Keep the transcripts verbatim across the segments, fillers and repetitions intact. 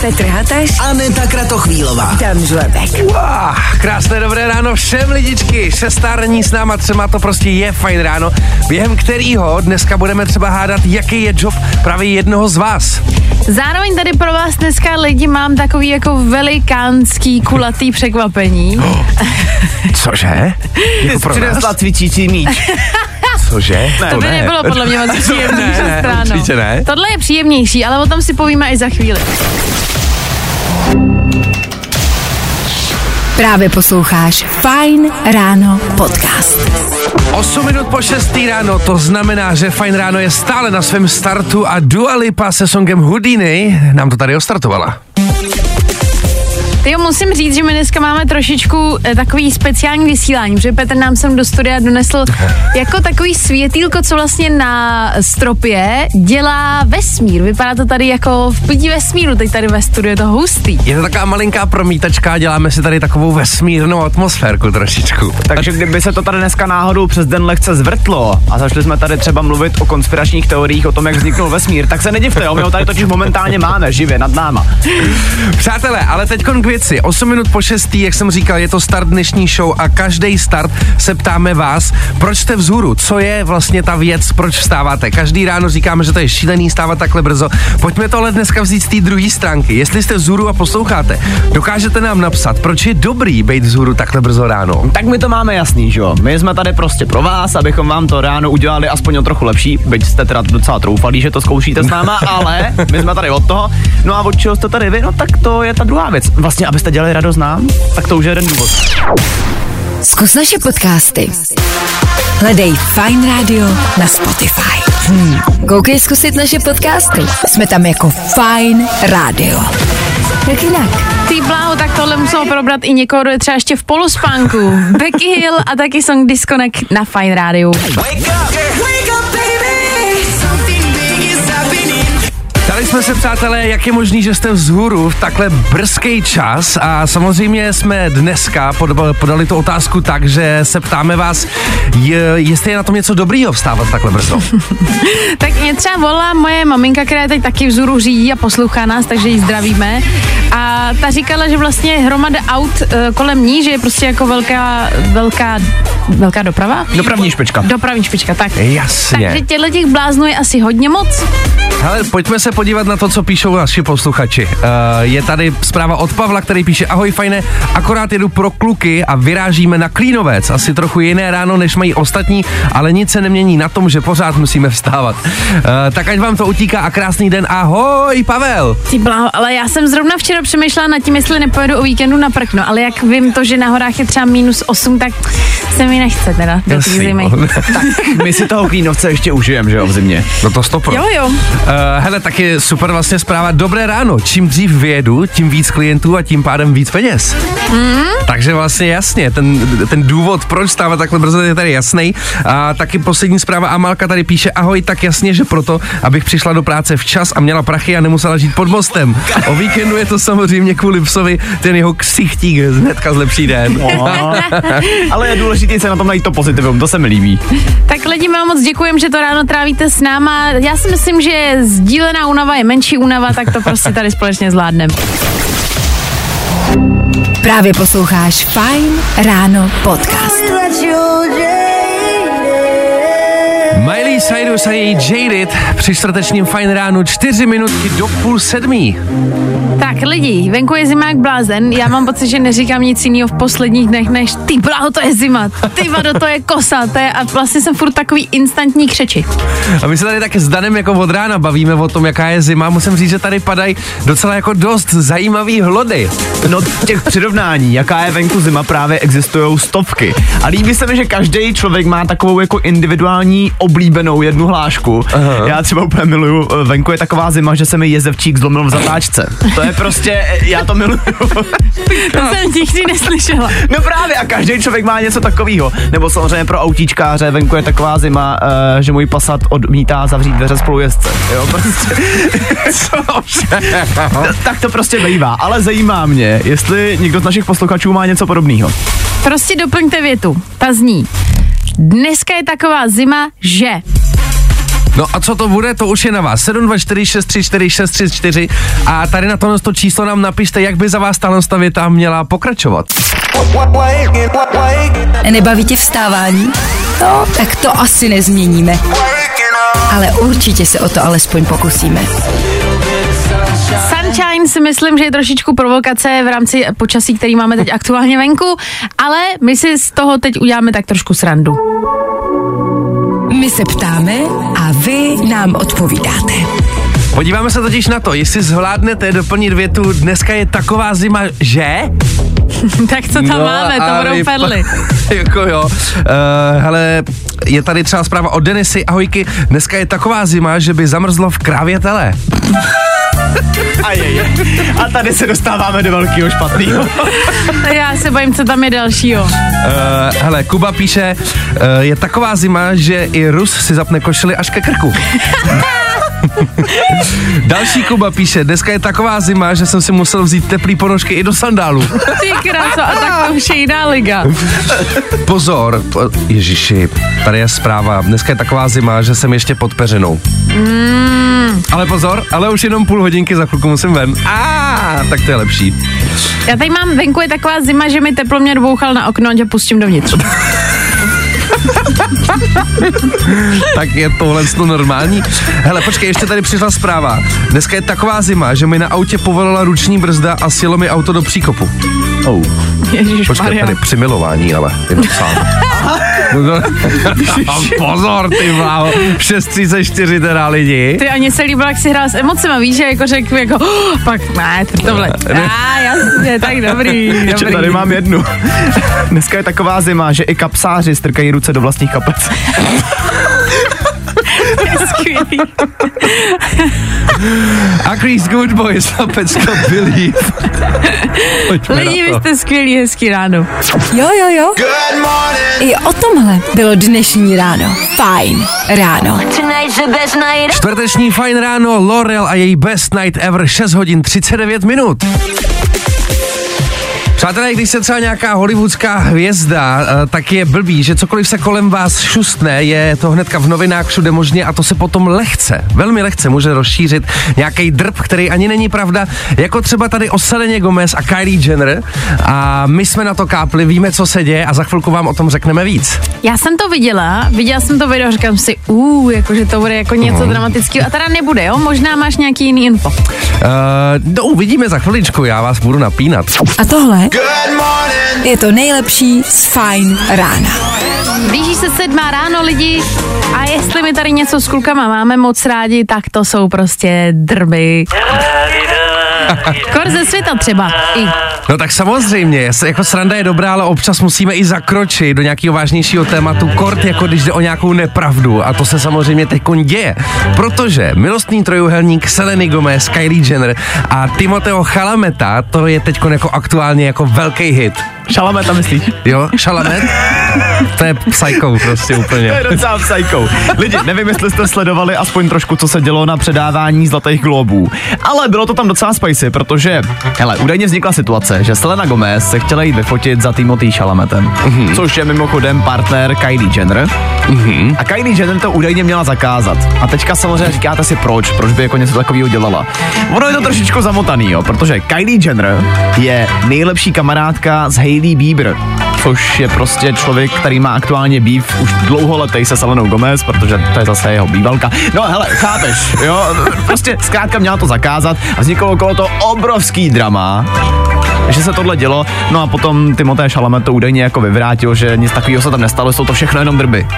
Petr Hataš, Aneta Kratochvílová, Dan Žlebek. Wow, krásné dobré ráno všem lidičky. Šestá ranní s náma třema, to prostě je fajn ráno, během kterého dneska budeme třeba hádat, jaký je job právě jednoho z vás. Zároveň tady pro vás dneska lidi mám takový jako velikánský kulatý překvapení. Oh. Cože? Ty jsi přinesla cvičící míč. Cože? Ne, to by ne. nebylo podle mě moc příjemný. Ne, ne, určitě ne. Tohle je příjemnější, ale o tom si povíme i za chvíli. Právě posloucháš Fajn ráno podcast. osm minut po šestý ráno, to znamená, že Fajn ráno je stále na svém startu a Dua Lipa se songem Houdini nám to tady ostartovala. Jo, musím říct, že my dneska máme trošičku eh, takový speciální vysílání, protože Petr nám sem do studia donesl jako takový světýlko, co vlastně na stropě dělá vesmír. Vypadá to tady jako v půdí vesmíru, teď tady ve studiu je to hustý. Je to taková malinká promítačka, děláme si tady takovou vesmírnou atmosférku trošičku. Takže kdyby se to tady dneska náhodou přes den lehce zvrtlo a začali jsme tady třeba mluvit o konspiračních teoriích, o tom, jak vzniknul vesmír, tak se nedivte, jo, my ho tady totiž momentálně máme živě nad náma. Přátelé, ale teď k věci. osm minut po šestý, jak jsem říkal, je to start dnešní show a každý start se ptáme vás, proč jste vzhůru, co je vlastně ta věc, proč vstáváte. Každý ráno říkáme, že to je šílený stávat takhle brzo. Pojďme tohle dneska vzít z té druhé stránky. Jestli jste vzhůru a posloucháte, dokážete nám napsat, proč je dobrý být vzhůru takhle brzo ráno. Tak my to máme jasný, že jo. My jsme tady prostě pro vás, abychom vám to ráno udělali aspoň o trochu lepší, byť jste teda docela troufalí, že to zkoušíte s náma, ale my jsme tady od toho. No a od čeho jste tady vy, no tak to je ta druhá věc. Vlastně, abyste dělali radost nám, tak to už je jeden důvod. Zkus naše podcasty. Hledej Fajn Radio na Spotify. Hmm. Koukej zkusit naše podcasty. Jsme tam jako Fajn Radio. Jak jinak? Ty bláho, tak tohle muselo probrat i někoho, kdo je třeba ještě v polospánku. Becky Hill a taky song Disconnect na Fajn Radio. Ptali jsme se, přátelé, jak je možný, že jste vzhůru v takhle brzký čas a samozřejmě jsme dneska podali tu otázku tak, že se ptáme vás, je, jestli je na tom něco dobrýho vstávat takhle brzo. Tak mě třeba volá moje maminka, která je teď taky vzhůru řídí a poslouchá nás, takže ji zdravíme. A ta říkala, že vlastně je hromada aut e, kolem ní, že je prostě jako velká, velká, velká doprava? Dopravní špička. Dopravní špička, tak. Jasně. Takže těchto těch bláznů je asi hodně moc. Hele, pojďme se podívat na to, co píšou naši posluchači. Uh, je tady zpráva od Pavla, který píše: ahoj fajné, akorát jedu pro kluky a vyrážíme na Klínovec. Asi trochu jiné ráno, než mají ostatní, ale nic se nemění na tom, že pořád musíme vstávat. Uh, tak ať vám to utíká a krásný den. Ahoj, Pavel. Ty bláho, ale já jsem zrovna včera přemýšlela nad tím, jestli nepojedu o víkendu na prkno, ale jak vím to, že na horách je třeba minus osm, tak se mi nechce teda do té zimy. Tak my si toho Klínovce ještě užijeme, že jo, v zimě. No to stopro. Jo, jo. Uh, hele, taky super vlastně zpráva. Dobré ráno, čím dřív vyjedu, tím víc klientů a tím pádem víc peněz. Mm. Takže vlastně jasně, ten, ten důvod, proč stávat takhle brzo, je tady jasný. A taky poslední zpráva, Amalka tady píše: ahoj, tak jasně, že proto, abych přišla do práce včas a měla prachy a nemusela žít pod mostem. O víkendu je to samozřejmě kvůli psovi, ten jeho ksichtík hnedka zlepší den. No, ale je důležité se na tom najít to pozitivum, to se mi líbí. Tak lidi, vám moc děkujem, že to ráno trávíte s náma. Já si myslím, že sdílená únava je menší únava, tak to prostě tady společně zvládneme. Právě posloucháš Fajn ráno podcast. Miley Cyrus a její Jaded při čtvrtečním Fajn ránu čtyři minutky do půl sedmí. Tak lidi, venku je zima jak blázen, já mám pocit, že neříkám nic jiného v posledních dnech, než ty bláho, to je zima, ty vado, to je kosa, to je, a vlastně jsem furt takový instantní křeči. A my se tady taky s Danem jako od rána bavíme o tom, jaká je zima. Musím říct, že tady padají docela jako dost zajímavý hlody. No těch přirovnání, jaká je venku zima, právě existují stovky. A líbí se mi, že každý člověk má takovou jako individuální oblíbenou jednu hlášku. Aha. Já třeba úplně miluju, venku je taková zima, že se mi jezevčík zlomil v zatáčce. To je prostě, já to miluju. To jsem nikdy neslyšela. No právě, a každý člověk má něco takového. Nebo samozřejmě pro autíčkáře, venku je taková zima, uh, že můj Passat odmítá zavřít dveře spolujezdce. Jo, prostě. Tak to prostě bývá, ale zajímá mě, jestli někdo z našich posluchačů má něco podobného. Prostě doplňte větu, ta zní: dneska je taková zima, že... No a co to bude, to už je na vás. sedm dva čtyři šest tři čtyři šest tři čtyři a tady na tohle to číslo nám napište, jak by za vás tahle věta měla pokračovat. Nebaví tě vstávání? No, tak to asi nezměníme. Ale určitě se o to alespoň pokusíme. Sunshine si myslím, že je trošičku provokace v rámci počasí, který máme teď aktuálně venku, ale my si z toho teď uděláme tak trošku srandu. My se ptáme a vy nám odpovídáte. Podíváme se totiž na to, jestli zvládnete doplnit větu dneska je taková zima, že? Tak co tam no máme, to budou perly. Jako jo. Uh, hele, je tady třeba zpráva od Denisy. Ahojky, dneska je taková zima, že by zamrzlo v krávě tele. Ajej. A tady se dostáváme do velkého špatného. Já se bojím, co tam je dalšího. Uh, hele, Kuba píše, uh, je taková zima, že i Rus si zapne košili až ke krku. Další Kuba píše, dneska je taková zima, že jsem si musel vzít teplý ponožky i do sandálu. Ty kráso, a tak to už je jiná liga. Pozor, po, ježiši, tady je zpráva, dneska je taková zima, že jsem ještě pod peřinou. Mm. Ale pozor, ale už jenom půl hodinky, za chvilku musím ven. A tak to je lepší. Já tady mám, venku je taková zima, že mi teploměr bouchal na okno a tě pustím dovnitř. Tak je tohle normální? Hele, počkej, ještě tady přišla zpráva. Dneska je taková zima, že mi na autě povolila ruční brzda a sjelo mi auto do příkopu. Oh. Počkej, tady při milování, ale jenom sám. Pozor, ty bláho, šest třicet čtyři teda lidi. Ty ani se líbilo, jak si hrál s emocema, víš, že jako řekl, jako, oh, pak ne, tohle. A jasně, tak dobrý, dobrý. Ještě tady mám jednu. Dneska je taková zima, že i kapsáři strkají ruce do vlastních kapec. Skvělý. A Chris Good Boys a Pecka Billy. Lidi, vy jste skvělý, hezký ráno. Jo, jo, jo. I o tomhle bylo dnešní ráno. Fajn ráno. Čtvrteční Fajn ráno, Laurel a její Best Night Ever, šest hodin třicet devět minut. Přátelé, když se třeba nějaká hollywoodská hvězda, tak je blbý, že cokoliv se kolem vás šustne, je to hnedka v novinách všude možně a to se potom lehce, velmi lehce může rozšířit nějaký drb, který ani není pravda, jako třeba tady o Seleně Gomez a Kylie Jenner a my jsme na to kápli, víme, co se děje a za chvilku vám o tom řekneme víc. Já jsem to viděla, viděla jsem to video, říkám si, uh, jakože to bude jako něco uh-huh. dramatického a teda nebude, jo? Možná máš nějaký jiný info. Uh, no, uvidíme za chviličku, já vás budu napínat. A tohle je to nejlepší z Fajn rána. Blíží se sedmá ráno, lidi, a jestli my tady něco s klukama máme moc rádi, tak to jsou prostě drby. Kor ze světa třeba. I. No tak samozřejmě, jako sranda je dobrá, ale občas musíme i zakročit do nějakého vážnějšího tématu. Kort, jako když jde o nějakou nepravdu, a to se samozřejmě teď děje. Protože milostný trojuhelník Seleny Gomez, Kylie Jenner a Timotheo Chalameta, to je teď jako aktuálně jako velký hit. Šalameta myslíš? Jo, Šalamet? To je psycho prostě úplně. To je docela psycho. Lidi, nevím, jestli jste sledovali aspoň trošku, co se dělo na předávání Zlatých glóbů, ale bylo to tam docela spicy, protože, hele, údajně vznikla situace, že Selena Gomez se chtěla jít vyfotit za Timothée Chalametem, mm-hmm. což je mimochodem partner Kylie Jenner. Mm-hmm. A Kylie Jenner to údajně měla zakázat. A teďka samozřejmě říkáte si proč, proč by jako něco takového dělala. Ono je to trošičku zamotaný, jo, protože Kylie Jenner je nejlepší kamarádka s Hailey Bieber, což je prostě člověk, který má aktuálně beef už dlouholetej se Selenou Gomez, protože to je zase jeho bývalka. No hele, chápeš, jo, prostě zkrátka měla to zakázat a vzniklo okolo toho obrovský drama, že se tohle dělo, no a potom Timothée Chalamet to údajně jako vyvrátil, že nic takového se tam nestalo, jsou to všechno jenom drby.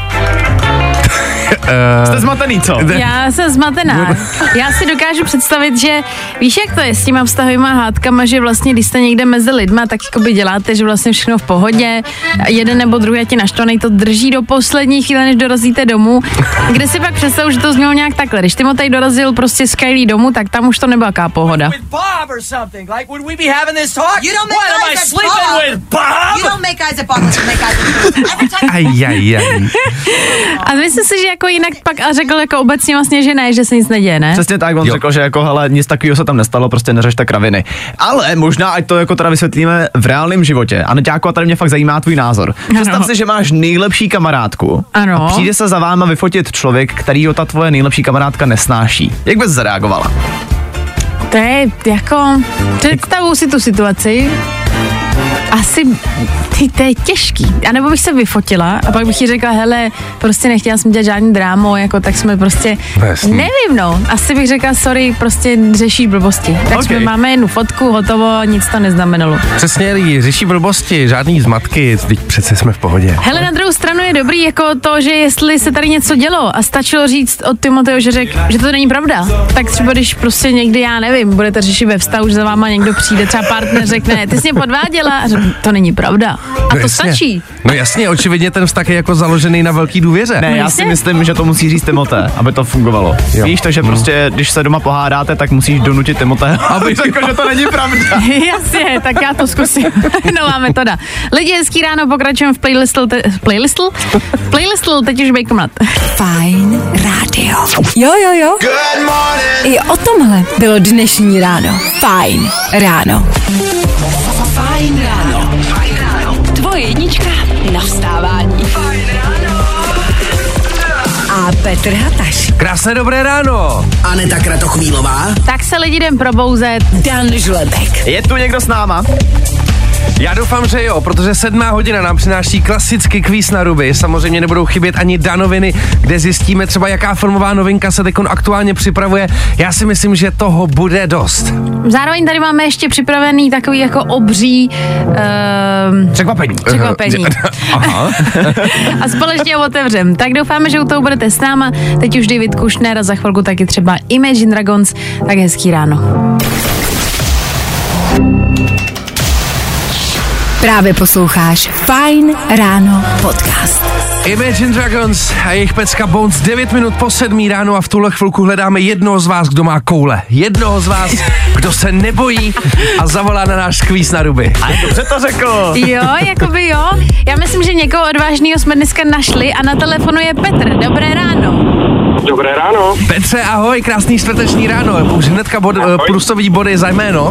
Uh, Jste zmatený, co? Já jsem zmatená. Já si dokážu představit, že víš, jak to je s těma vztahovýma hádkama, že vlastně, když jste někde mezi lidma, tak jako by děláte, že vlastně všechno v pohodě, jeden nebo druhý ti naštvaný to drží do poslední chvíle, než dorazíte domů. Kde si pak představu, že to znělo nějak takhle. Když Timothée dorazil prostě s Kylie domů, tak tam už to nebyla ká pohoda. A myslím si, že jako jinak pak a řekl jako obecně vlastně, že ne, že se nic neděje, ne? Přesně tak, on jo. řekl, že jako hele, nic takového se tam nestalo, prostě neřešte kraviny. Ale možná, ať to jako teda vysvětlíme v reálném životě. A Neťáko, a tady mě fakt zajímá tvůj názor. Představ ano. si, že máš nejlepší kamarádku ano. a přijde se za váma vyfotit člověk, kterýho ta tvoje nejlepší kamarádka nesnáší. Jak bys zareagovala? To je jako, představuji si tu situaci, asi, ty, to je těžký. A nebo bych se vyfotila a pak bych jí řekla, hele, prostě nechtěla jsem dělat žádný drámo, jako tak jsme prostě, Vesný. nevím no, asi bych řekla, sorry, prostě řešíš blbosti. Tak okay. jsme máme jednu fotku, hotovo, nic to neznamenalo. Přesně, lidi, řeší blbosti, žádný zmatky, teď přece jsme v pohodě. Hele, na druhou stranu je dobrý jako to, že jestli se tady něco dělo a stačilo říct od Timoteho, že řek, že to není pravda, tak třeba když prostě někdy, já nevím, budete řešit ve vztahu, že za váma někdo přijde, třeba partner řekne, ty jsi mě podváděla, a to není pravda. A no to jasně. stačí. No jasně, očividně ten vztah je jako založený na velký důvěře. Ne, no já jasně. si myslím, že to musí říct Timote, aby to fungovalo. Jo. Víš, takže hmm. prostě, když se doma pohádáte, tak musíš donutit Timote, aby řekl, že to není pravda. Jasně, tak já to zkusím. Nová metoda. Lidi, hezký ráno, pokračujeme v playlistu. Te, playlistu? Playlistu, teď už Bejkomat. Fajn rádio. Jo, jo, jo. Good morning. I o tomhle bylo dnešní ráno. Fajn ráno. Fajn ráno. Fajn ráno. Tvoje jednička na vstávání. Fajn ráno. A Petr Hataš. Krásné dobré ráno. Aneta Kratochvílová. Tak se lidi jdem probouzet. Dan Žlebek. Je tu někdo s náma? Já doufám, že jo, protože sedmá hodina nám přináší klasický kvíz na ruby. Samozřejmě nebudou chybět ani danoviny, kde zjistíme třeba, jaká filmová novinka se teď aktuálně připravuje. Já si myslím, že toho bude dost. Zároveň tady máme ještě připravený takový jako obří uh, překvapení. překvapení. Aha. A společně ho otevřem. Tak doufáme, že u toho budete s náma. Teď už David Kushner a za chvilku taky třeba Imagine Dragons. Tak hezký ráno. Právě posloucháš Fajn ráno podcast. Imagine Dragons a jejich pecka Bones devět minut po sedmý ráno a v tuhle chvilku hledáme jednoho z vás, kdo má koule. Jednoho z vás, kdo se nebojí a zavolá na náš kvíz na ruby. A dobře to řekl. Jo, jakoby jo. Já myslím, že někoho odvážného jsme dneska našli a na telefonu je Petr. Dobré ráno. Dobré ráno. Petře, ahoj, krásný čtvrteční ráno. Už hnedka bod, plusový body za jméno.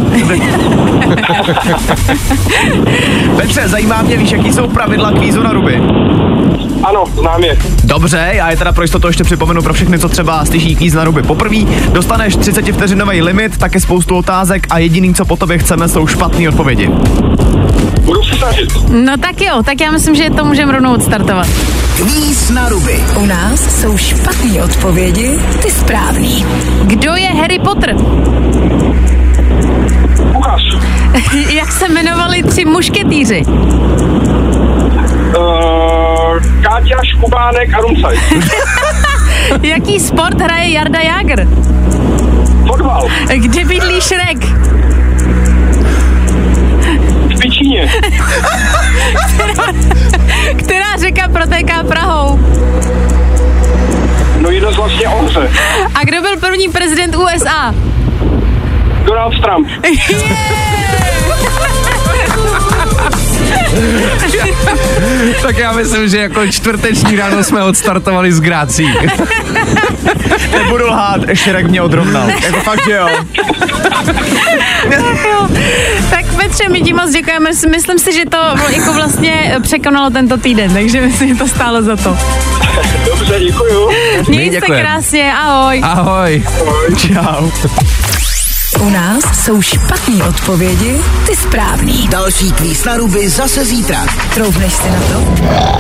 Petře, zajímá mě, víš, jaký jsou pravidla kvízu na ruby? Ano, znám je. Dobře, já je teda pro jistotu ještě připomenu pro všechny, co třeba slyší kvíz na ruby poprvé. Dostaneš třicetivteřinový limit, taky spoustu otázek a jediným, co po tobě chceme, jsou špatné odpovědi. Budu se snažit. No tak jo, tak já myslím, že to můžeme rovnou odstartovat. Kvíz na ruby. U nás jsou špatné odpovědi, ty správný. Kdo je Harry Potter? Kuchař. Jak se jmenovali tři mušketýři? Uh, Káťa, Škubánek a Rumcaj. Jaký sport hraje Jarda Jágr? Fotbal. Kde bydlí Šrek? V Pičíně. která, která řeka protéká Prahou? No jedno z vlastně Ohře. A kdo byl první prezident U S A? Donald Trump. Tak já myslím, že jako čtvrteční ráno jsme odstartovali s grácí. Nebudu lhát, Šrek mě odrovnal. Jako fakt, že jo. Tak Petře, my ti moc děkujeme. Myslím si, že to jako vlastně překonalo tento týden, takže myslím, že to stálo za to. Dobře, děkuju. Měj se krásně, ahoj. Ahoj. Ahoj. Čau. U nás jsou špatné odpovědi, ty správný. Další kvíz na ruby zase zítra. Troufneš si na to?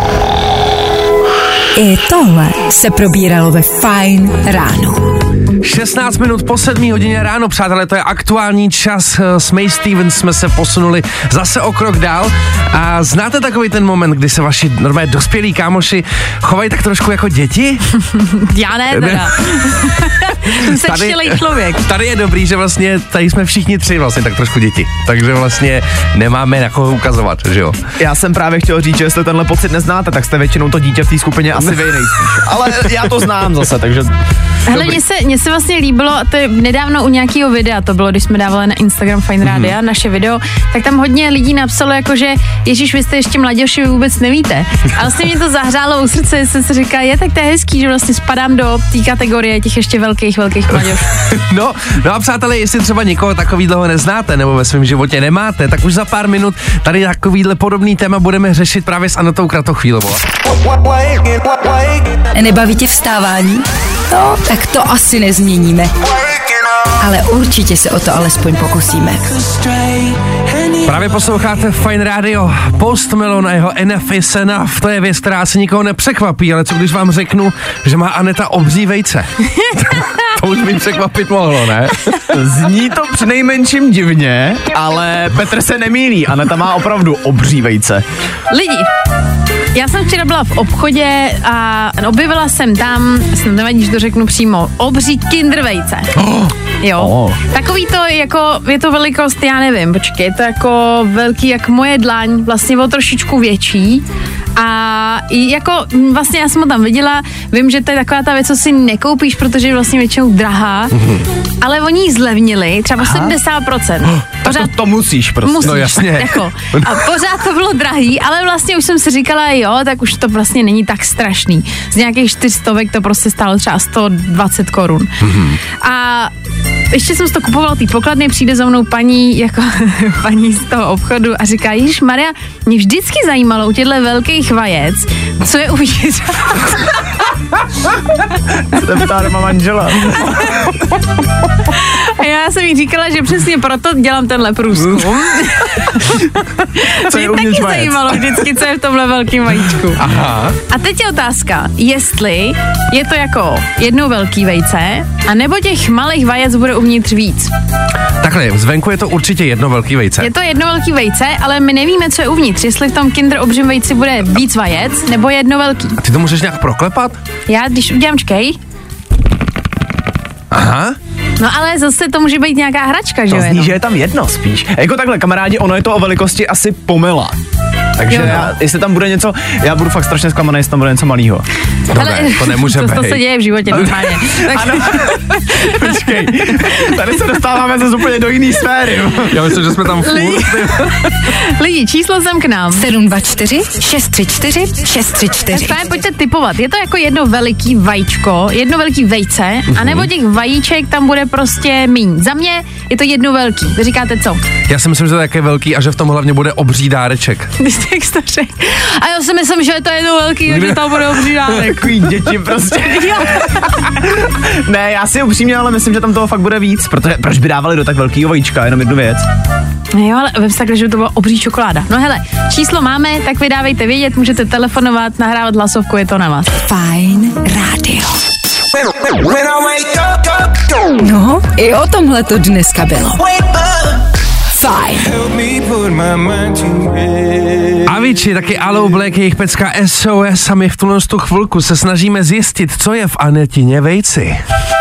I tohle se probíralo ve Fajn ráno. šestnáct minut po sedmé hodině ráno, přátelé, to je aktuální čas. S May Stevens jsme se posunuli zase o krok dál. A znáte takový ten moment, kdy se vaši normálně dospělí kámoši chovají tak trošku jako děti? Já ne, teda. Jsem sečtělej člověk. Tady je dobrý, že vlastně tady jsme všichni tři vlastně tak trošku děti. Takže vlastně nemáme na koho ukazovat, že jo? Já jsem právě chtěl říct, že jestli tenhle pocit neznáte, tak jste většinou to dítě v té skupině asi vy nejspíš. Ale já to znám zase, takže... Hele, mně se, mně se se vlastně líbilo, a to je nedávno u nějakého videa, to bylo, když jsme dávali na Instagram Fine Radio, mm-hmm. naše video, tak tam hodně lidí napsalo jako, že Ježíš, vy jste ještě mladější, vy vůbec nevíte. A vlastně mě to zahřálo u srdce, jsem si říkala, je tak to je hezký, že vlastně spadám do té kategorie těch ještě velkých, velkých mladějů. No, no a přátelé, jestli třeba někoho takovýhleho neznáte nebo ve svém životě nemáte, tak už za pár minut tady takovýhle podobný téma budeme řešit právě s Anetou Kratochvílovou. Nebaví tě vstávání? No, tak to asi nezměníme. Ale určitě se o to alespoň pokusíme. Právě posloucháte Fine Radio. Post Malone a jeho Enough is Enough. To je věc, která se nikoho nepřekvapí, ale co když vám řeknu, že má Aneta obří vejce? To už mi překvapit mohlo, ne? Zní to přinejmenším divně, ale Petr se nemýlí. Aneta má opravdu obří vejce. Lidi, já jsem včera byla v obchodě a objevila jsem tam, snad nevadí, že to řeknu přímo, obří Kinder vejce. Oh. Jo, Oh. takový to jako, je to velikost, já nevím, počkej, je to jako velký jak moje dlaň, vlastně o trošičku větší. A jako vlastně já jsem ho tam viděla, vím, že to je taková ta věc, co si nekoupíš, protože je vlastně většinou drahá, mm-hmm. ale oni ji zlevnili, třeba o sedmdesát procent. Oh, pořád to, to musíš prostě. Musíš, no jasně. Jako. A pořád to bylo drahý, ale vlastně už jsem si říkala, jo, tak už to vlastně není tak strašný. Z nějakých čtyřstovek to prostě stálo třeba sto dvacet korun. Mm-hmm. A ještě jsem si to kupovala té pokladny, přijde za mnou paní, jako paní z toho obchodu a říká, Ježiš Maria, mě vždycky zajímalo u těchto velkých vajec, co je uvnitř. Se ptá doma manžela. A já jsem jí říkala, že přesně proto dělám tenhle průzkum. Co je mě uvnitř taky vajec? zajímalo vždycky, co je v tomhle velkým vajíčku. Aha. A teď je otázka, jestli je to jako jednou velký vejce, a nebo těch malých vajec bude uvnitř víc. Takhle, zvenku je to určitě jedno velký vejce. Je to jedno velký vejce, ale my nevíme, co je uvnitř. Jestli v tom Kinder obřím vejci bude víc vajec, nebo jedno velký. A ty to můžeš nějak proklepat? Já, když udělám čkej, Aha. no ale zase to může být nějaká hračka, že To jo? zní, jenom. že je tam jedno spíš. Jako takhle, kamarádi, ono je to o velikosti asi pomela. Takže Jo, no. já, jestli tam bude něco, já budu fakt strašně zklamaný, jestli tam bude něco malýho. Dobré, to nemůže to, být. to se děje v životě normálně. Tak, Ano, počkej, tady se dostáváme zase úplně do jiný sféry. Já myslím, že jsme tam furt. lidi, číslo sem k nám. sedm dva čtyři šest tři čtyři šest tři Tak čtyři. právě pojďte typovat. Je to jako jedno veliký vajíčko, jedno velký vejce, anebo těch vajíček tam bude prostě míň. Za mě je to jedno velký. Vy říkáte co? Já si myslím, že to je také velký a že v tom hlavně bude obří dáreček. Když jsi to řekl. A já si myslím, že je to jedno velký a že tam bude obří dárek. Takový děti prostě. Jo. Ne, já si upřímně, ale myslím, že tam toho fakt bude víc, protože proč by dávali do tak velkýho vajíčka, jenom jednu věc. Jo, ale vem si takhle, že to byla obří čokoláda. No hele, číslo máme, tak vydávejte vědět, můžete telefonovat, nahrávat hlasovku, je to na vás. Fajn rádio. No, i o tomhle to dneska bylo. Fajn. Avicii, taky Aloe Black, jejich pecka S O S a my v tuhle tu chvilku se snažíme zjistit, co je v Anetině vejci.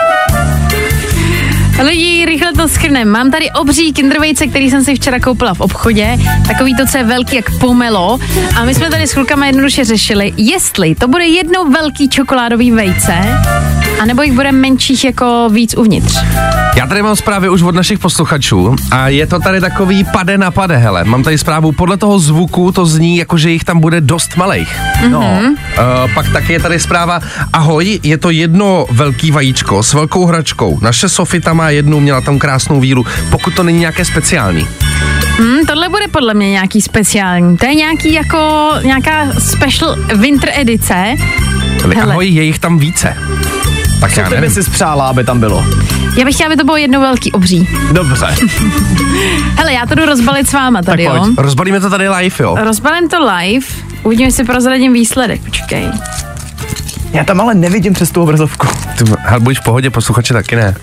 Lidi, rychle to shrnem. Mám tady obří Kinder vejce, který jsem si včera koupila v obchodě. Takový to, co je velký jak pomelo. A my jsme tady s klukama jednoduše řešili, jestli to bude jedno velký čokoládový vejce, anebo jich bude menších jako víc uvnitř. Já tady mám zprávy už od našich posluchačů a je to tady takový pade na pade, hele. Mám tady zprávu, podle toho zvuku to zní, jako že jich tam bude dost malejch. No. Uh, pak taky je tady zpráva, ahoj, je to jedno velký vajíčko s velkou hračkou. Naše Sofita má jednu, měla tam krásnou víru, pokud to není nějaké speciální. Hmm, tohle bude podle mě nějaký speciální. To je nějaký jako, nějaká special winter edice. Ale Hele. ahoj, je jich tam více. Tak Co já ty by nevím. si spřála, aby tam bylo? Já bych chtěla, aby to bylo jedno velký obří. Dobře. Hele, já to jdu rozbalit s váma tady, Tak jo. pojď, rozbalíme to tady live, jo. Rozbalím to live, uvidíme, jestli prozradím výsledek. Počkej. Já tam ale nevidím přes tu obrazovku. Ty, hele, buď v pohodě, posluchače taky ne.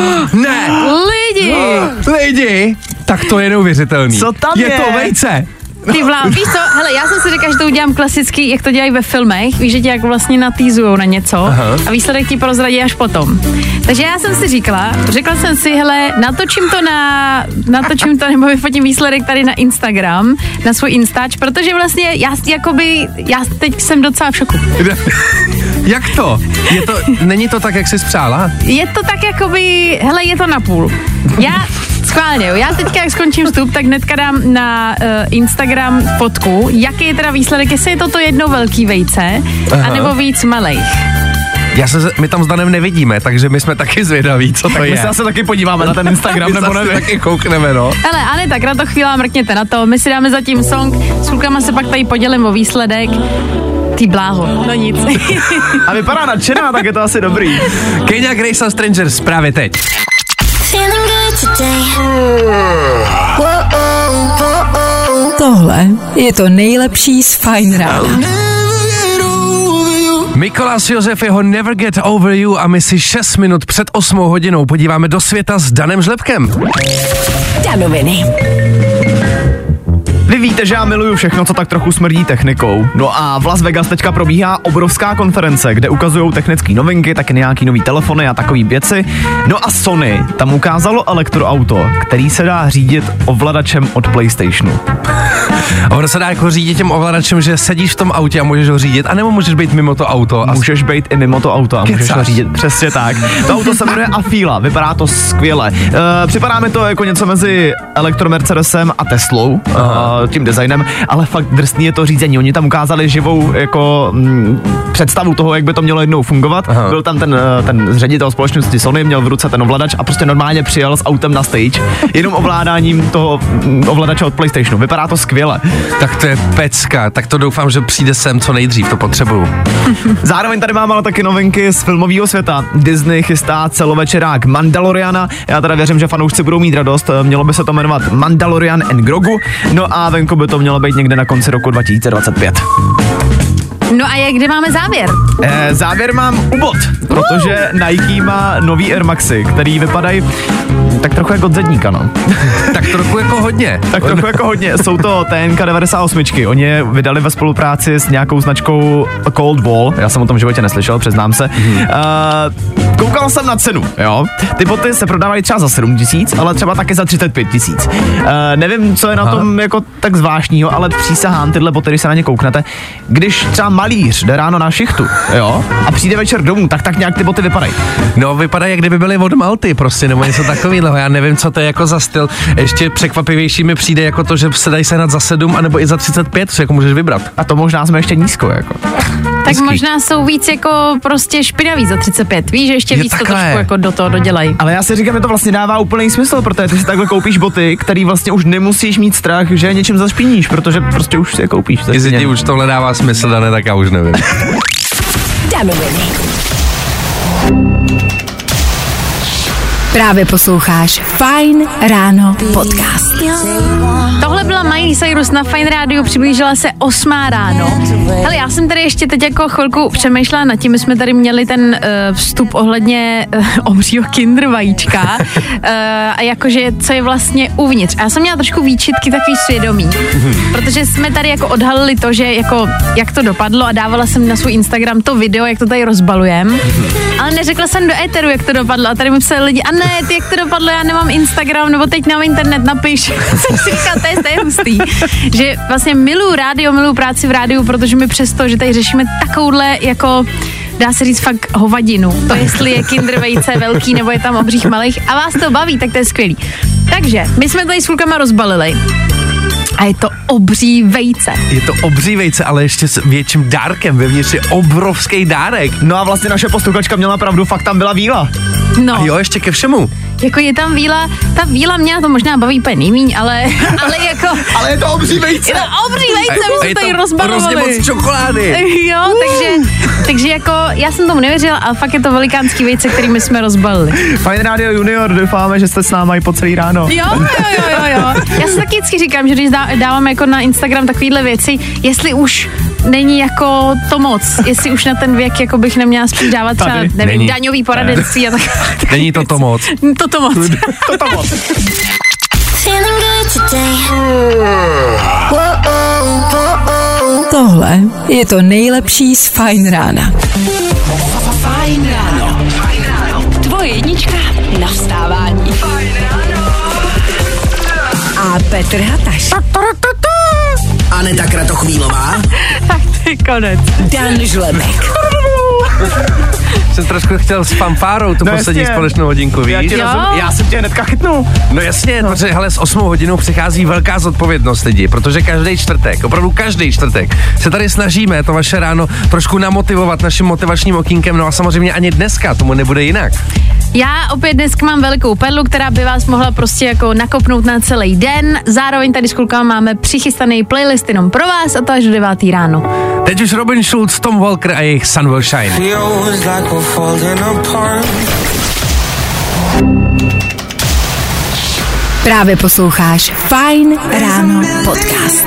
ne, Lidi! lidi, tak to je neuvěřitelný. Co tam je? je? to vejce. Ty vlá, víš co, hele, já jsem si řekla, že to udělám klasicky, jak to dělají ve filmech, víš, že tě jako vlastně natýzujou na něco. Aha. A výsledek ti prozradí až potom. Takže já jsem si říkala, řekla jsem si, hele, natočím to na, natočím to, nebo vyfotím výsledek tady na Instagram, na svůj Instač, protože vlastně já jakoby, já teď jsem docela v šoku. Jak to? Je to, není to tak, jak jsi přála? Je to tak jakoby, hele, je to napůl. Já schválně, jo, já teďka, jak skončím vstup, tak hnedka dám na uh, Instagram fotku, jaký je teda výsledek, jestli je to to jedno velký vejce, aha, anebo víc malejch. Já se, my tam s Danem nevidíme, takže my jsme taky zvědaví, co to tak je. My se asi taky podíváme na ten Instagram, nebo nevím. taky koukneme, no. Hele, ale tak na to chvíli mrkněte na to, my si dáme zatím song, s klukama se pak tady podělím o výsledek. Ty bláho, no nic. A vypadá nadšená, tak je to asi dobrý. Kenya Grace a Strangers právě teď. Tohle je to nejlepší z Fajn rána. Mikolas Josef, jeho Never Get Over You a my si šest minut před osmou hodinou podíváme do světa s Danem Žlebkem. Danoviny. Vy víte, že já miluju všechno, co tak trochu smrdí technikou. No a v Las Vegas teďka probíhá obrovská konference, kde ukazují technické novinky, taky nějaký nový telefony a takový věci. No a Sony tam ukázalo elektroauto, který se dá řídit ovladačem od PlayStationu. Ono se dá jako řídit tím ovladačem, že sedíš v tom autě a můžeš ho řídit, anebo můžeš být mimo to auto. A můžeš být i mimo to auto a můžeš Kecáš. ho řídit, přesně tak. To auto se jmenuje Afeela, vypadá to skvěle. Uh, připadá mi to jako něco mezi Elektromercedesem a Teslou, uh, tím designem, ale fakt drsný je to řízení. Oni tam ukázali živou jako m, představu toho, jak by to mělo jednou fungovat. Aha. Byl tam ten, ten ředitel společnosti Sony, měl v ruce ten ovladač a prostě normálně přijel s autem na stage, jenom ovládáním toho m, ovladače od PlayStationu. Vypadá to skvěle. Tak to je pecka, tak to doufám, že přijde sem co nejdřív, to potřebuju. Zároveň tady mám ale taky novinky z filmového světa. Disney chystá celovečerák Mandaloriana. Já teda věřím, že fanoušci budou mít radost. Mělo by se to jmenovat Mandalorian and Grogu. No a venku by to mělo být někde na konci roku dva tisíce dvacet pět. No a jak, kde máme závěr? Eh, závěr mám ubod, protože Nike má nový Air Maxy, který vypadají tak trochu jako od zedníka, no. Tak trochu jako hodně. Tak trochu jako hodně. Jsou to T N K devadesát osm. Oni je vydali ve spolupráci s nějakou značkou Cold Wall. Já jsem o tom v životě neslyšel, přiznám se. Hmm. Uh, koukal jsem na cenu, jo. Ty boty se prodávají třeba za sedm tisíc, ale třeba taky za třicet pět tisíc. Uh, nevím, co je na tom Aha. jako tak zvláštního, ale přísahám tyhle boty, když se na ně kouknete. Když třeba malíř jde ráno na šichtu, jo, a přijde večer domů, tak tak nějak ty boty vypadají. No, vypadají, jak kdyby byly od Malty, prostě, nebo něco takového. Já nevím, co to je jako za styl. Ještě překvapivější mi přijde jako to, že se dají sehnat za sedm, anebo i za třicet pět, co jako můžeš vybrat. A to možná jsme ještě nízko, jako. Tak Hezký. Možná jsou víc jako prostě špinaví za třicet pět, víš, že ještě je víc takhle. To trošku jako do toho dodělají. Ale já si říkám, že to vlastně dává úplný smysl, protože ty si takhle koupíš boty, který vlastně už nemusíš mít strach, že něčím zašpiníš, protože prostě už si je koupíš. Jestli ti už tohle dává smysl, Dane, tak já už nevím. Danoviny. Právě posloucháš Fajn ráno podcast. Tohle byla Miley Cyrus na Fajn rádiu, přiblížila se osmá ráno. Hele, já jsem tady ještě teď jako chvilku přemýšlela nad tím, my jsme tady měli ten uh, vstup ohledně uh, obřího Kinder vajíčka uh, a jakože co je vlastně uvnitř. A já jsem měla trošku výčitky takový svědomí, protože jsme tady jako odhalili to, že jako jak to dopadlo a dávala jsem na svůj Instagram to video, jak to tady rozbalujem, ale neřekla jsem do éteru, jak to dopadlo a tady mi psali lidi, a ne, ty, jak to dopadlo, já nemám Instagram, nebo teď nemám internet, napiš. Jsem si říkala, to je, to je hustý. Že vlastně miluju rádio, miluju práci v rádiu, protože my přesto, že tady řešíme takovouhle jako dá se říct fakt hovadinu. To jestli je Kinder vejce velký, nebo je tam obřích malých a vás to baví, tak to je skvělý. Takže, my jsme tady s klukama rozbalili. A je to obří vejce. Je to obří vejce, ale ještě s větším dárkem. Vevnitř je obrovský dárek. No a vlastně naše posluchačka měla pravdu, fakt tam byla víla. No. A jo, ještě ke všemu. Jako je tam víla, ta víla mě to možná baví úplně nejmíň, ale, ale jako... ale je to obří vejce. Je to obří vejce, my jsme tady rozbalovali. A je to moc čokolády. Jo, takže, takže jako já jsem tomu nevěřila, ale fakt je to velikánský vejce, kterými jsme rozbalili. Fajn Radio Junior, doufáme, že jste s námi i po celý ráno. Jo, jo, jo, jo, jo. Já si taky vždycky říkám, že když dá, dáváme jako na Instagram takovýhle věci, jestli už není jako to moc, jestli už na ten věk jako bych neměla spíš dávat třeba, nevím, není. Daňový poradenství a tak. Není to to moc. To to moc. to to moc. Tohle je to nejlepší z Fajn rána. Fajn ráno. Tvoje jednička na vstávání. A Petr Hataš. Aneta Kratochvílová. Tak to je konec. Dan Žlemek. Jsem trošku chtěl s fanfárou tu No poslední jasně. společnou hodinku, víš? Já, tě rozum, já jsem tě hnedka chytnul. No jasně, no. Protože hele, s osmou hodinou přichází velká zodpovědnost lidi, protože každý čtvrtek, opravdu každý čtvrtek, se tady snažíme to vaše ráno trošku namotivovat naším motivačním okýnkem, no a samozřejmě ani dneska tomu nebude jinak. Já opět dneska mám velkou perlu, která by vás mohla prostě jako nakopnout na celý den. Zároveň tady s klukama máme přichystaný playlist jenom pro vás a to až do devátý ráno. Teď už Robin Schulz, Tom Walker a jejich Sun Will Shine. Právě posloucháš Fajn ráno podcast.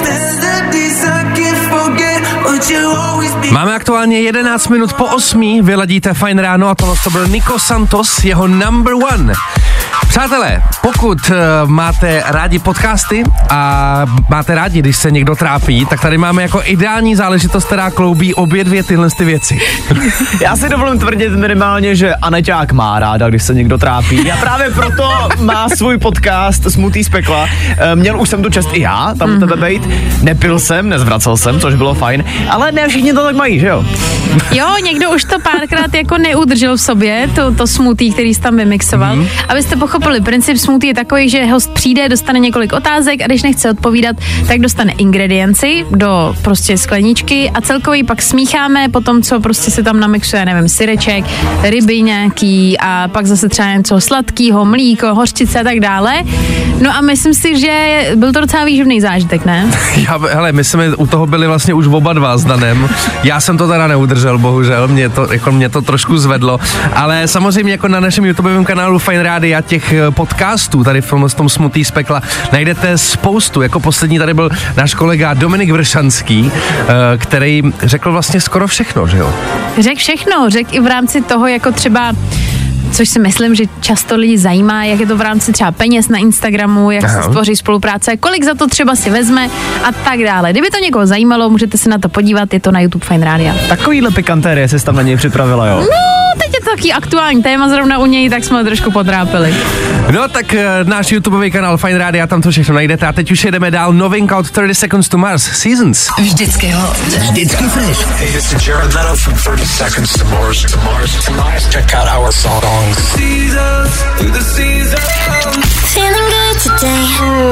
Máme aktuálně jedenáct minut po osmi, vyladíte Fajn ráno a tohle to byl Nico Santos, jeho number one. Přátelé, pokud uh, máte rádi podcasty a máte rádi, když se někdo trápí, tak tady máme jako ideální záležitost, která kloubí obě dvě tyhle ty věci. Já si dovolím tvrdit minimálně, že Aneťák má ráda, když se někdo trápí. A právě proto má svůj podcast Smutý z pekla. Měl už jsem tu čest i já, tam u tebe bejt. Nepil jsem, nezvracel jsem, což bylo fajn. Ale ne všichni to tak mají, že jo? Jo, někdo už to párkrát jako neudržel v sobě, to, to smutý, který jsi tam vymixoval. Mm. Abyste pochopili, princip smutý je takový, že host přijde, dostane několik otázek a když nechce odpovídat, tak dostane ingredienci do prostě skleničky a celkový pak smícháme po tom, co prostě se tam namixuje, nevím, syreček, ryby nějaký a pak zase třeba něco sladkýho, mlíko, hořčice a tak dále. No a myslím si, že byl to docela výživný zážitek, ne? Já, hele, my jsme u toho byli vlastně už oba dva s Danem. Já jsem to teda neudržel, bohužel, mě to, jako mě to trošku zvedlo, ale samozřejmě jako na našem YouTubeovém kanálu Fajn Rádia těch podcastů tady v tom, tom Smutý z pekla najdete spoustu, jako poslední tady byl náš kolega Dominik Vršanský, který řekl vlastně skoro všechno, že jo? Řek všechno, řek i v rámci toho, jako třeba což si myslím, že často lidi zajímá, jak je to v rámci třeba peněz na Instagramu, jak Aha. se stvoří spolupráce, kolik za to třeba si vezme a tak dále. Kdyby to někoho zajímalo, můžete se na to podívat, je to na YouTube Fajn Rádia. Takovýhle pikantérie jsi tam na něj připravila, jo? No, teď je to taky aktuální téma zrovna u něj, tak jsme ho trošku potrápili. No tak uh, náš YouTubeový kanál Fajn Rádia, tam to všechno najdete a teď už jedeme dál. Novinka od thirty seconds to Mars, Seasons. Vždycky hot. Vždycky fresh. Hey, this is Jared Leto from thirty seconds to Mars, to Mars, to Mars. Check out our songs. Seasons, through the seasons. Feeling good today.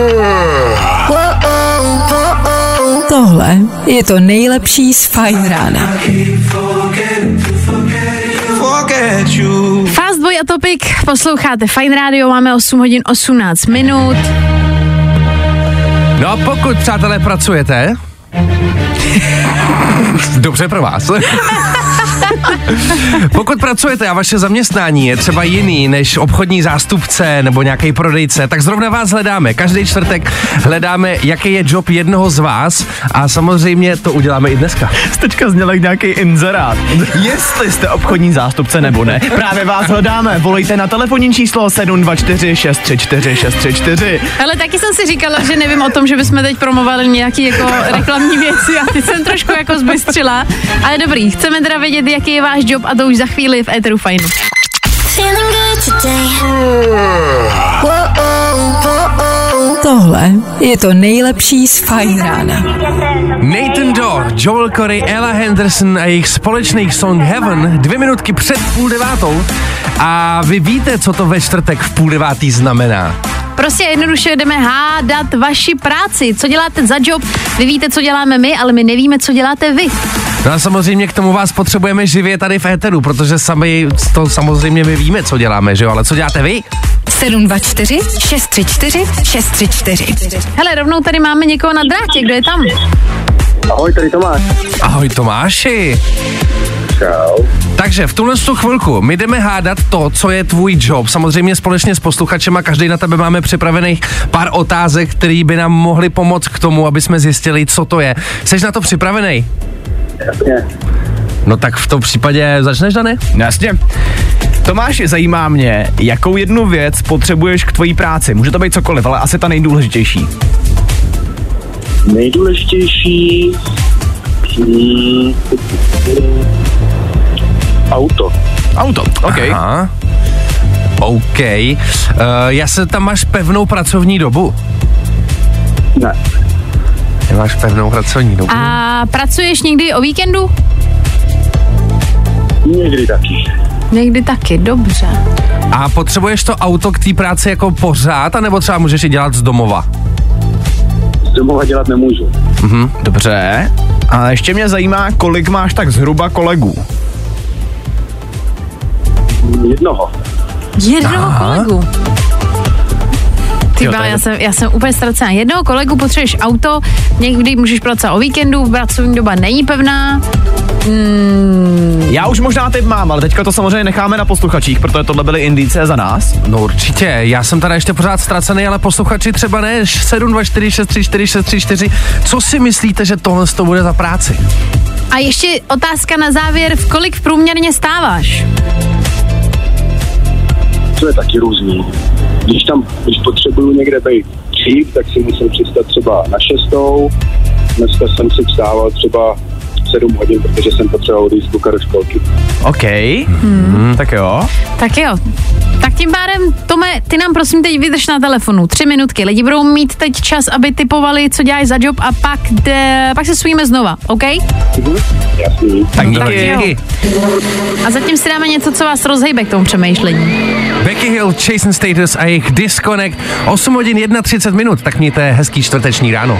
Tohle je to nejlepší z Fajn rána. Fastboy a Topic, posloucháte Fajn Rádio, máme osm hodin osmnáct minut. No a pokud, přátelé, pracujete, dobře pro vás. Pokud pracujete a vaše zaměstnání je třeba jiný než obchodní zástupce nebo nějaký prodejce, tak zrovna vás hledáme. Každý čtvrtek hledáme, jaký je job jednoho z vás a samozřejmě to uděláme i dneska. Teďka zněl jak nějaký inzerát. Jestli jste obchodní zástupce nebo ne, právě vás hledáme. Volejte na telefonní číslo sedm dva čtyři šest tři čtyři šest tři čtyři. Ale taky jsem si říkala, že nevím o tom, že bychom teď promovali nějaký jako reklamní věci a teď jsem trošku jako zbystřila. Ale dobrý, chceme teda vědět, jaký je váš job a to už za chvíli v éteru Fajnu. Feeling good today. Tohle je to nejlepší z Fajn rána. Nathan Doe, Joel Corey, Ella Henderson a jejich společný song Heaven, dvě minutky před půl devátou. A vy víte, co to ve čtvrtek v půl devátý znamená. Prostě jednoduše jdeme hádat vaši práci. Co děláte za job? Vy víte, co děláme my, ale my nevíme, co děláte vy. No a samozřejmě k tomu vás potřebujeme živě tady v éteru, protože sami to samozřejmě my víme, co děláme, že jo, ale co děláte vy? sedm dva čtyři šest tři čtyři šest tři čtyři. Hele, rovnou tady máme někoho na drátě, kdo je tam? Ahoj, tady Tomáš. Ahoj Tomáši. Čau. Takže v tuhle chvilku my jdeme hádat to, co je tvůj job. Samozřejmě společně s posluchačem a každý na tebe máme připravených pár otázek, které by nám mohly pomoct k tomu, aby jsme zjistili, co to je. Jseš na to připravený? Jasně. No tak v tom případě začneš, Dane? Jasně. Tomáš, zajímá mě, jakou jednu věc potřebuješ k tvojí práci. Může to být cokoliv, ale asi ta nejdůležitější. Nejdůležitější hmm, auto. Auto, OK. Aha. OK. Uh, já se tam máš pevnou pracovní dobu? Ne. Nemáš pevnou pracovní dobu? A pracuješ někdy o víkendu? Někdy taky. Někdy taky, dobře. A potřebuješ to auto k té práci jako pořád, anebo třeba můžeš je dělat z domova? Z domova dělat nemůžu. Mhm, dobře. A ještě mě zajímá, kolik máš tak zhruba kolegů? Jednoho. Jednoho Aha. kolegu. Ty Jo, bá, to je- já jsem, já jsem úplně ztracená. Jednoho kolegu potřebuješ auto, někdy můžeš pracovat o víkendu, pracovní doba není pevná. Hmm, Já už možná typ mám, ale teďka to samozřejmě necháme na posluchačích, protože tohle byly indicie za nás. No určitě, já jsem tady ještě pořád ztracený, ale posluchači třeba ne, sedm dva čtyři šest tři čtyři šest tři čtyři. Co si myslíte, že tohle to bude za práci? a ještě otázka na závěr, v kolik v průměrně stáváš? To je taky různý. Když tam, když potřebuju někde být dřív, tak si musím přistat třeba na šestou. Dneska jsem si vstával třeba sedm hodin, protože jsem potřeboval odjít z Luka do školky. OK, hmm. tak jo. Tak jo. Tak tím pádem, Tome, ty nám prosím teď vydrž na telefonu. Tři minutky. Lidi budou mít teď čas, aby typovali, co děláš za job a pak, de, pak se svíme znova, OK? Mhm. Jasný. Tak Tak díky. jo. A zatím si dáme něco, co vás rozhejbe k tomu přemýšlení. Becky Hill, Jason Status a jejich Disconnect. osm hodin třicet jedna minut, tak mějte hezký čtvrteční ráno.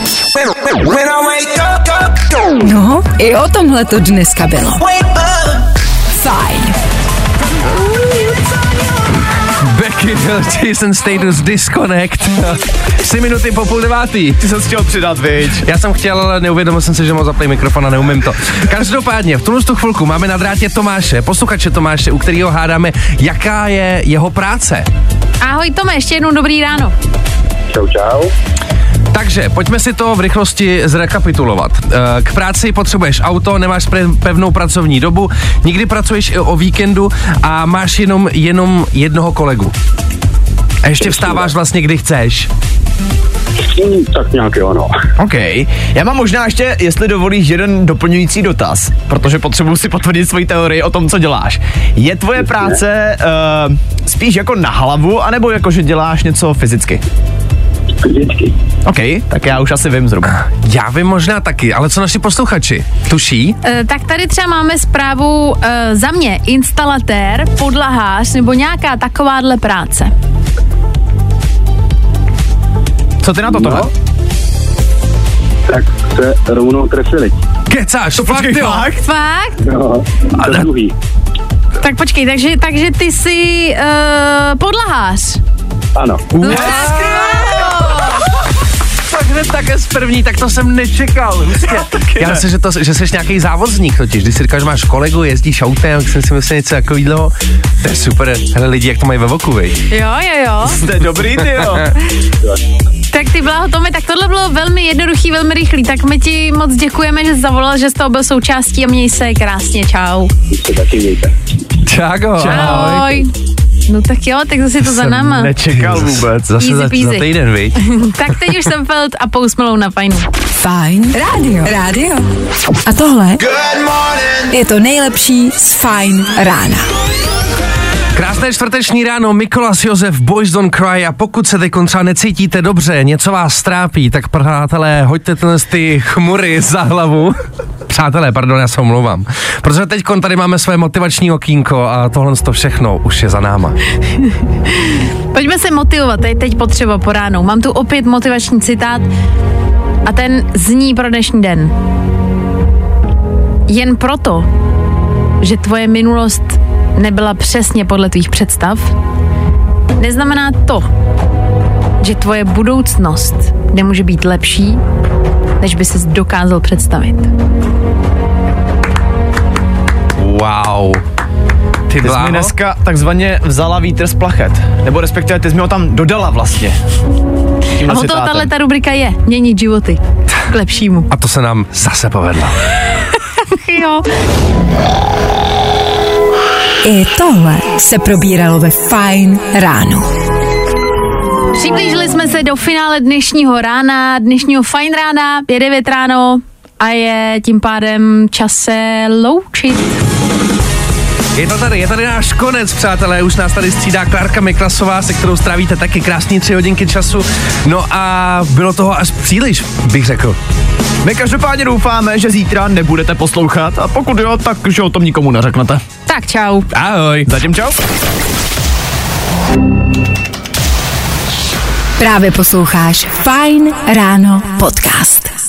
No, i o tomhle to dneska bylo. Fajn. Becky Hill, Jason Status, Disconnect. Tři minuty po půl devátý. Ty jsi chtěl přidat, viď? Já jsem chtěl, ale neuvědomil jsem si, že mám zaplý mikrofon a neumím to. Každopádně, v tuhle tu chvilku máme na drátě Tomáše, posluchače Tomáše, u kterého hádáme, jaká je jeho práce. Ahoj Tome, ještě jednou dobrý ráno. Čau, čau. Takže pojďme si to v rychlosti zrekapitulovat. E, K práci potřebuješ auto, nemáš pre- pevnou pracovní dobu, nikdy pracuješ i o víkendu a máš jenom, jenom jednoho kolegu. A ještě vstáváš vlastně, kdy chceš. Hmm, tak nějak jo, no. OK. Já mám možná ještě, jestli dovolíš, jeden doplňující dotaz, protože potřebuji si potvrdit svoji teorii o tom, co děláš. Je tvoje práce uh, spíš jako na hlavu, anebo jako, že děláš něco fyzicky? Vždycky. OK, tak já už asi vím zhruba. Já vím možná taky, ale co naši posluchači? Tuší? E, tak tady třeba máme zprávu e, za mě instalatér, podlahář nebo nějaká takováhle práce. Co ty na to, Tome? No. Tak se rovnou trefili. Kecáš, to fakt jo? Fakt? No, to druhý. Tak počkej, takže, takže ty jsi e, podlahář. Ano. Tak hned také z první, tak to jsem nečekal. Hustě. Já myslím, že, to, že jsi nějaký závozník totiž. Když si říkáš, že máš kolegu, jezdíš autem, tak jsem si myslel něco takového. To je super. Hele lidi, jak to mají ve voku, viď? Jo, jo, jo. Jste dobrý, ty jo. Tak ty Blaho, Tome, tak tohle bylo velmi jednoduchý, velmi rychlý. Tak my ti moc děkujeme, že jsi zavolal, že jsi toho byl součástí a měj se krásně. Čau. Se taky mějte. Čágo. Ahoj. No tak jo, tak zase to za náma. Nečekal vůbec. Zase Easy za, za peasy. týden, viď? Tak teď už jsem Feld a Post Malone na fajnu. Fajn rádio. Rádio. A tohle je to nejlepší z Fajn rána. Krásné čtvrteční ráno, Mikolas Josef, Boys Don't Cry a pokud se teď třeba necítíte dobře, něco vás trápí, tak přátelé, hoďte tenhle ty chmury za hlavu. Přátelé, pardon, já se omlouvám. Protože teď tady máme své motivační okýnko a tohle to všechno už je za náma. Pojďme se motivovat, to je teď potřeba po ránu. Mám tu opět motivační citát a ten zní pro dnešní den. Jen proto, že tvoje minulost nebyla přesně podle tvých představ, neznamená to, že tvoje budoucnost nemůže být lepší, než by ses dokázal představit. Wow. Ty, Ty jsi mi Bláho? dneska takzvaně vzala vítr z plachet. Nebo respektive ty jsi mi ho tam dodala vlastně. A o toho tahle ta rubrika je měnit životy k lepšímu. A to se nám zase povedlo. Jo. I tohle se probíralo ve Fajn ráno. Přiblížili jsme se do finále dnešního rána, dnešního fajn rána, je devět ráno a je tím pádem čas se loučit. Je to tady, je tady náš konec, přátelé, už nás tady střídá Klárka Miklasová, se kterou strávíte taky krásný tři hodinky času, no a bylo toho až příliš, bych řekl. My každopádně doufáme, že zítra nebudete poslouchat a pokud jo, tak že o tom nikomu neřeknete. Tak čau. Ahoj. Zatím čau. Právě posloucháš Fajn ráno podcast.